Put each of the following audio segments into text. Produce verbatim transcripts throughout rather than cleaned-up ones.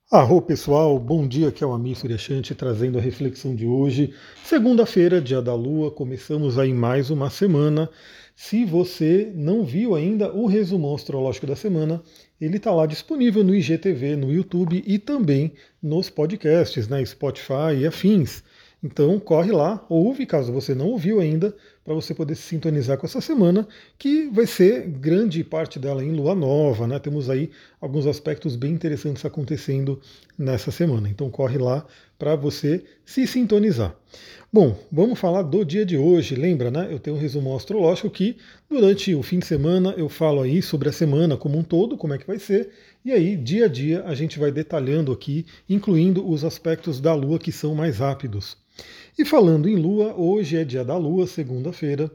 Arro pessoal, bom dia, aqui é o Amir Suryashanti trazendo a reflexão de hoje. Segunda-feira, dia da Lua, começamos aí mais uma semana. Se você não viu ainda o resumão astrológico da semana, ele está lá disponível no I G T V, no YouTube e também nos podcasts, né, Spotify e afins. Então corre lá, ouve caso você não ouviu ainda, para você poder se sintonizar com essa semana, que vai ser grande parte dela em lua nova, né? Temos aí alguns aspectos bem interessantes acontecendo nessa semana. Então corre lá para você se sintonizar. Bom, vamos falar do dia de hoje. Lembra, né? Eu tenho um resumo astrológico que durante o fim de semana eu falo aí sobre a semana como um todo, como é que vai ser, e aí dia a dia a gente vai detalhando aqui, incluindo os aspectos da Lua que são mais rápidos. E falando em Lua, hoje é dia da Lua, segunda-feira,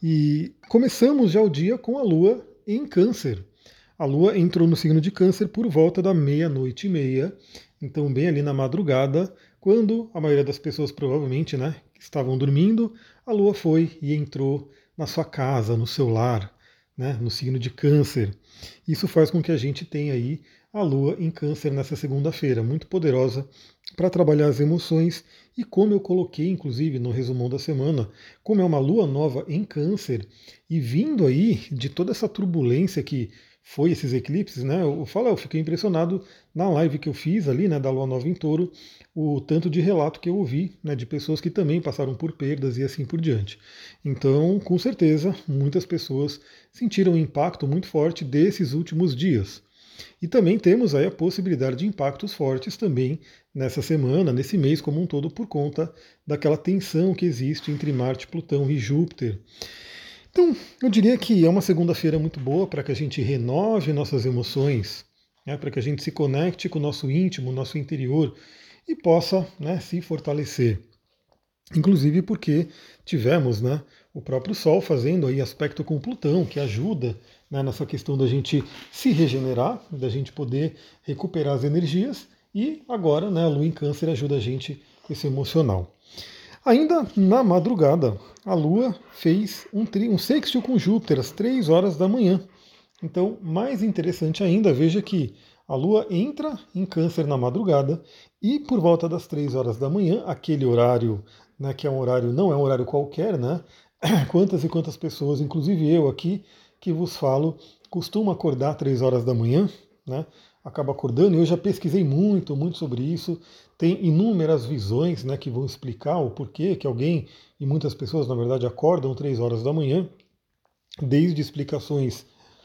e começamos já o dia com a Lua em Câncer. A Lua entrou no signo de Câncer por volta da meia-noite e meia, então bem ali na madrugada, quando a maioria das pessoas provavelmente, né, estavam dormindo, a Lua foi e entrou na sua casa, no seu lar, né, no signo de Câncer. Isso faz com que a gente tenha aí a Lua em Câncer nessa segunda-feira, muito poderosa para trabalhar as emoções e como eu coloquei, inclusive, no resumão da semana, como é uma Lua nova em Câncer e vindo aí de toda essa turbulência que foi esses eclipses, né? Eu falo, eu fiquei impressionado na live que eu fiz ali, né, da Lua Nova em Touro, o tanto de relato que eu ouvi, né, de pessoas que também passaram por perdas e assim por diante. Então, com certeza, muitas pessoas sentiram um impacto muito forte desses últimos dias. E também temos aí a possibilidade de impactos fortes também nessa semana, nesse mês como um todo, por conta daquela tensão que existe entre Marte, Plutão e Júpiter. Então, eu diria que é uma segunda-feira muito boa para que a gente renove nossas emoções, né, para que a gente se conecte com o nosso íntimo, nosso interior e possa, né, se fortalecer. Inclusive porque tivemos, né, o próprio Sol fazendo aí aspecto com Plutão, que ajuda, né, nessa questão da gente se regenerar, da gente poder recuperar as energias, e agora, né, a Lua em Câncer ajuda a gente com esse emocional. Ainda na madrugada, a Lua fez um, tri, um sextil com Júpiter às três horas da manhã. Então, mais interessante ainda, veja que a Lua entra em Câncer na madrugada e por volta das três horas da manhã, aquele horário, né, que é um horário, não é um horário qualquer, né? Quantas e quantas pessoas, inclusive eu aqui, que vos falo, costumam acordar três horas da manhã, né? Acaba acordando, e eu já pesquisei muito, muito sobre isso. Tem inúmeras visões, né, que vão explicar o porquê que alguém, e muitas pessoas, na verdade, acordam três horas da manhã, desde explicações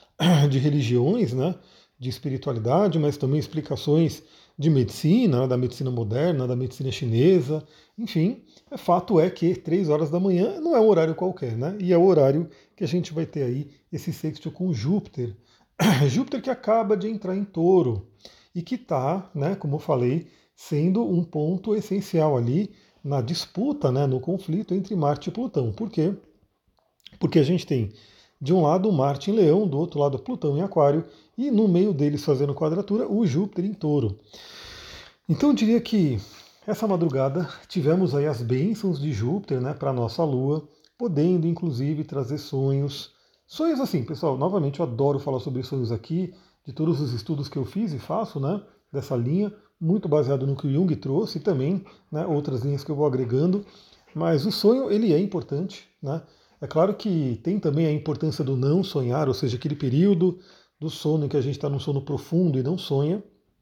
de religiões, né, de espiritualidade, mas também explicações de medicina, né, da medicina moderna, da medicina chinesa, enfim, é fato é que três horas da manhã não é um horário qualquer, né? E é o horário que a gente vai ter aí esse sexto com Júpiter. Júpiter que acaba de entrar em Touro e que está, né, como eu falei, sendo um ponto essencial ali na disputa, né, no conflito entre Marte e Plutão. Por quê? Porque a gente tem de um lado Marte em Leão, do outro lado Plutão em Aquário, e no meio deles fazendo quadratura o Júpiter em Touro. Então eu diria que essa madrugada tivemos aí as bênçãos de Júpiter, né, para a nossa Lua, podendo inclusive trazer sonhos. Sonhos assim, pessoal, novamente eu adoro falar sobre sonhos aqui, de todos os estudos que eu fiz e faço, né, dessa linha, muito baseado no que o Jung trouxe e também, né, outras linhas que eu vou agregando. Mas o sonho, ele é importante, né? É claro que tem também a importância do não sonhar, ou seja, aquele período do sono em que a gente está num sono profundo e não sonha,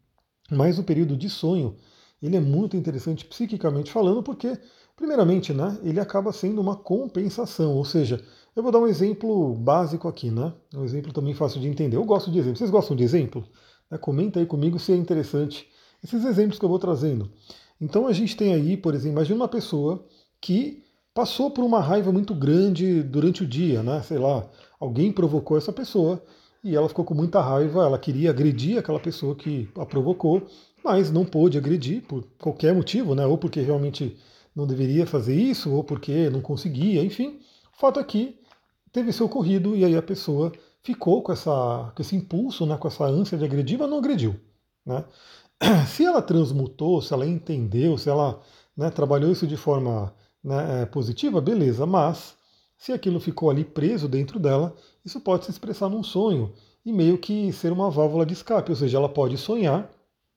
mas o período de sonho, ele é muito interessante psiquicamente falando, porque, primeiramente, né, ele acaba sendo uma compensação, ou seja, eu vou dar um exemplo básico aqui, né? Um exemplo também fácil de entender. Eu gosto de exemplos. Vocês gostam de exemplo? Né, comenta aí comigo se é interessante esses exemplos que eu vou trazendo. Então a gente tem aí, por exemplo, imagina uma pessoa que passou por uma raiva muito grande durante o dia, né? Sei lá, alguém provocou essa pessoa e ela ficou com muita raiva, ela queria agredir aquela pessoa que a provocou, mas não pôde agredir por qualquer motivo, né? Ou porque realmente não deveria fazer isso, ou porque não conseguia, enfim. O fato é que teve seu ocorrido e aí a pessoa ficou com, essa, com esse impulso, né, com essa ânsia de agredir, mas não agrediu. Né? Se ela transmutou, se ela entendeu, se ela, né, trabalhou isso de forma, né, é, positiva, beleza, mas se aquilo ficou ali preso dentro dela, isso pode se expressar num sonho e meio que ser uma válvula de escape, ou seja, ela pode sonhar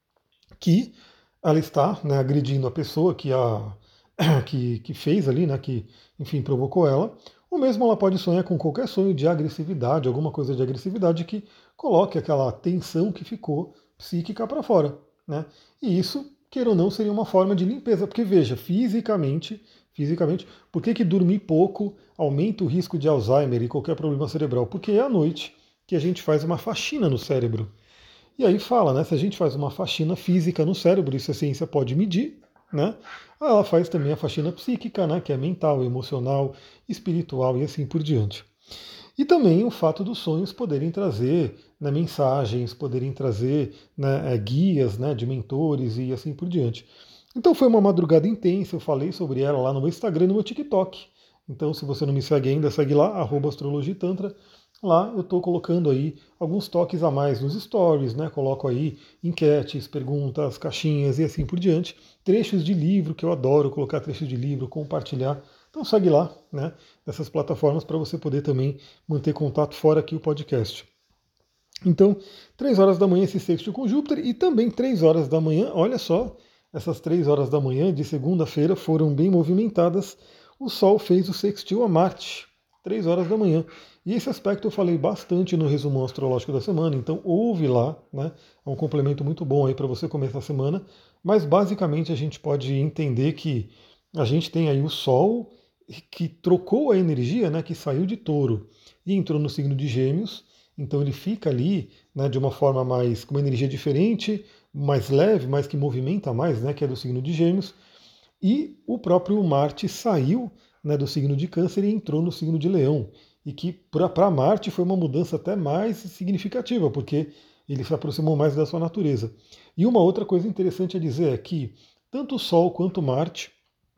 que ela está, né, agredindo a pessoa que, a, que, que fez ali, né, que, enfim, provocou ela. Ou mesmo ela pode sonhar com qualquer sonho de agressividade, alguma coisa de agressividade que coloque aquela tensão que ficou psíquica para fora, né? E isso, queira ou não, seria uma forma de limpeza, porque veja, fisicamente, fisicamente, por que, que dormir pouco aumenta o risco de Alzheimer e qualquer problema cerebral? Porque é à noite que a gente faz uma faxina no cérebro. E aí fala, né? Se a gente faz uma faxina física no cérebro, isso a ciência pode medir, né? Ela faz também a faxina psíquica, né? Que é mental, emocional, espiritual e assim por diante. E também o fato dos sonhos poderem trazer, né, mensagens, poderem trazer, né, é, guias, né, de mentores e assim por diante. Então foi uma madrugada intensa, eu falei sobre ela lá no meu Instagram e no meu TikTok. Então se você não me segue ainda, segue lá, arroba astrologitantra. Lá eu estou colocando aí alguns toques a mais nos stories, né? Coloco aí enquetes, perguntas, caixinhas e assim por diante. Trechos de livro, que eu adoro colocar trechos de livro, compartilhar. Então segue lá, né? Nessas plataformas para você poder também manter contato fora aqui o podcast. Então, três horas da manhã esse sexto com Júpiter e também três horas da manhã, olha só, essas três horas da manhã de segunda-feira foram bem movimentadas. O Sol fez o sextil a Marte, três horas da manhã. E esse aspecto eu falei bastante no resumo astrológico da semana, então ouve lá, né? É um complemento muito bom aí para você começar a semana. Mas basicamente a gente pode entender que a gente tem aí o Sol que trocou a energia, né? Que saiu de Touro e entrou no signo de Gêmeos. Então ele fica ali, né, de uma forma mais, com uma energia diferente, mais leve, mas que movimenta mais, né, que é do signo de Gêmeos. E o próprio Marte saiu, né, do signo de Câncer e entrou no signo de Leão. E que para Marte foi uma mudança até mais significativa, porque ele se aproximou mais da sua natureza. E uma outra coisa interessante a dizer é que tanto o Sol quanto Marte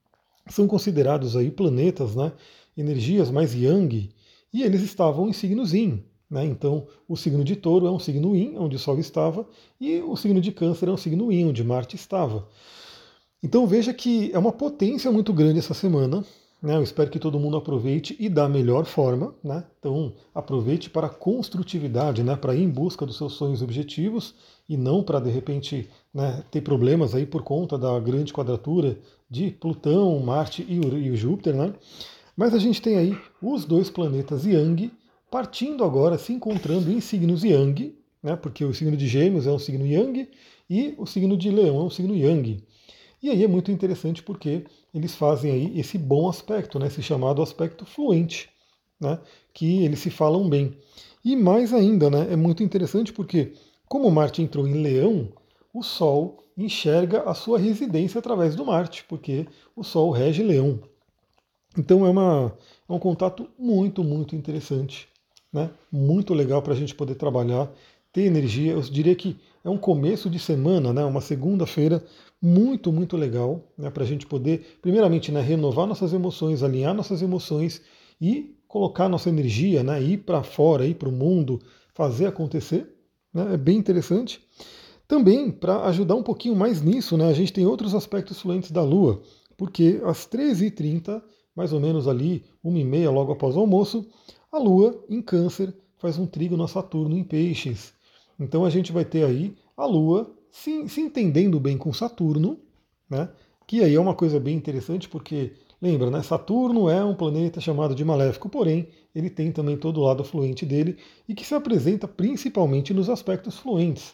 são considerados aí planetas, né, energias mais yang, e eles estavam em signos yin. Né? Então, o signo de Touro é um signo yin, onde o Sol estava, e o signo de Câncer é um signo yin, onde Marte estava. Então veja que é uma potência muito grande essa semana. Né? Eu espero que todo mundo aproveite e da melhor forma. Né? Então aproveite para a construtividade, né? Para ir em busca dos seus sonhos e objetivos e não para de repente, né, ter problemas aí por conta da grande quadratura de Plutão, Marte e o, e o Júpiter. Né? Mas a gente tem aí os dois planetas Yang partindo agora, se encontrando em signos Yang, né? Porque o signo de Gêmeos é um signo Yang e o signo de Leão é um signo Yang. E aí é muito interessante porque eles fazem aí esse bom aspecto, né, esse chamado aspecto fluente, né, que eles se falam bem. E mais ainda, né, é muito interessante porque, como Marte entrou em Leão, o Sol enxerga a sua residência através do Marte, porque o Sol rege Leão. Então é, uma, é um contato muito, muito interessante, né, muito legal para a gente poder trabalhar, ter energia. Eu diria que é um começo de semana, né, uma segunda-feira muito, muito legal, né, para a gente poder, primeiramente, né, renovar nossas emoções, alinhar nossas emoções e colocar nossa energia, né, ir para fora, ir para o mundo, fazer acontecer. Né, é bem interessante. Também, para ajudar um pouquinho mais nisso, né, a gente tem outros aspectos fluentes da Lua, porque às treze e trinta, mais ou menos ali, uma e meia logo após o almoço, a Lua, em Câncer, faz um trígono a Saturno em Peixes. Então a gente vai ter aí a Lua se, se entendendo bem com Saturno, né? Que aí é uma coisa bem interessante, porque, lembra, né? Saturno é um planeta chamado de maléfico, porém, ele tem também todo o lado fluente dele e que se apresenta principalmente nos aspectos fluentes,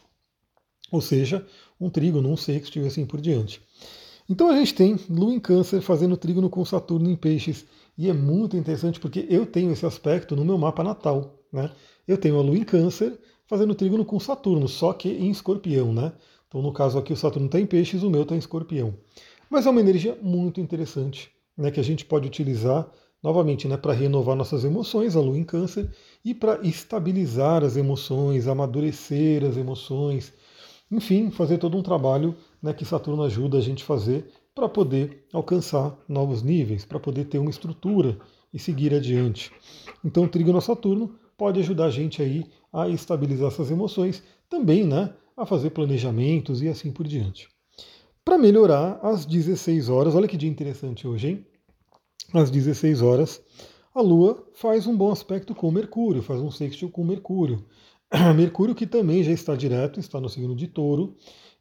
ou seja, um trígono, um sextil e assim por diante. Então a gente tem Lua em Câncer fazendo trígono com Saturno em Peixes, e é muito interessante porque eu tenho esse aspecto no meu mapa natal. Né? Eu tenho a Lua em Câncer fazendo trígono com Saturno, só que em Escorpião. Né? Então no caso aqui o Saturno está em Peixes, o meu está em Escorpião. Mas é uma energia muito interessante, né, que a gente pode utilizar novamente, né, para renovar nossas emoções, a Lua em Câncer, e para estabilizar as emoções, amadurecer as emoções, enfim, fazer todo um trabalho, né, que Saturno ajuda a gente a fazer para poder alcançar novos níveis, para poder ter uma estrutura e seguir adiante. Então, o trígono a Saturno pode ajudar a gente aí a estabilizar essas emoções, também, né, a fazer planejamentos e assim por diante. Para melhorar, às dezesseis horas, olha que dia interessante hoje, hein? Às dezesseis horas, a Lua faz um bom aspecto com Mercúrio, faz um sextil com Mercúrio. Mercúrio que também já está direto, está no signo de Touro,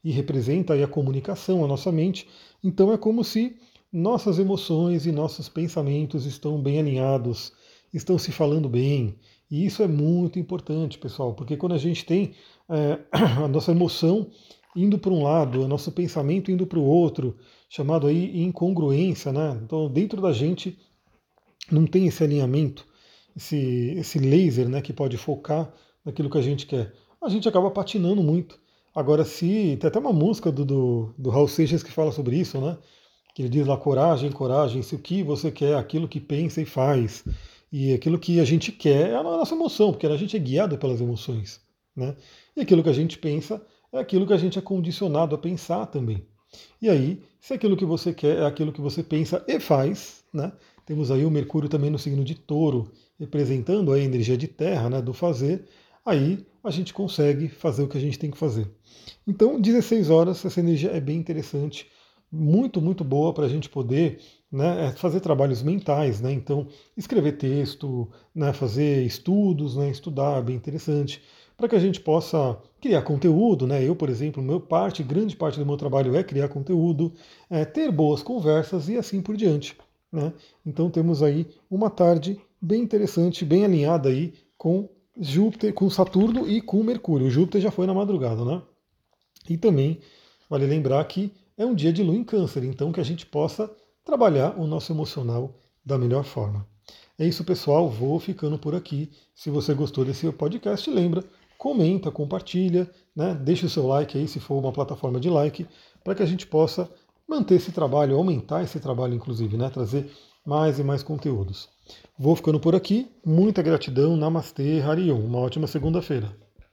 e representa aí a comunicação, a nossa mente. Então é como se nossas emoções e nossos pensamentos estão bem alinhados, estão se falando bem. E isso é muito importante, pessoal, porque quando a gente tem é, a nossa emoção indo para um lado, o nosso pensamento indo para o outro, chamado aí incongruência, né? Então dentro da gente não tem esse alinhamento, esse, esse laser, né, que pode focar naquilo que a gente quer. A gente acaba patinando muito. Agora, se tem até uma música do, do, do Raul Seixas que fala sobre isso, né? Que ele diz lá, coragem, coragem, se o que você quer, é aquilo que pensa e faz. E aquilo que a gente quer é a nossa emoção, porque a gente é guiado pelas emoções, né? E aquilo que a gente pensa é aquilo que a gente é condicionado a pensar também. E aí, se aquilo que você quer é aquilo que você pensa e faz, né? Temos aí o Mercúrio também no signo de Touro, representando a energia de terra, né, do fazer, aí a gente consegue fazer o que a gente tem que fazer. Então, dezesseis horas, essa energia é bem interessante, muito, muito boa para a gente poder, né, fazer trabalhos mentais, né, então escrever texto, né, fazer estudos, né, estudar, bem interessante, para que a gente possa criar conteúdo, né? Eu, por exemplo, meu parte, grande parte do meu trabalho é criar conteúdo, é, ter boas conversas e assim por diante, né? Então temos aí uma tarde bem interessante, bem alinhada aí com Júpiter, com Saturno e com Mercúrio. O Júpiter já foi na madrugada, né? E também vale lembrar que é um dia de lua em câncer, então que a gente possa trabalhar o nosso emocional da melhor forma. É isso, pessoal. Vou ficando por aqui. Se você gostou desse podcast, lembra, comenta, compartilha, né? Deixa o seu like aí, se for uma plataforma de like, para que a gente possa manter esse trabalho, aumentar esse trabalho, inclusive, né? Trazer mais e mais conteúdos. Vou ficando por aqui. Muita gratidão. Namastê, Harion. Uma ótima segunda-feira.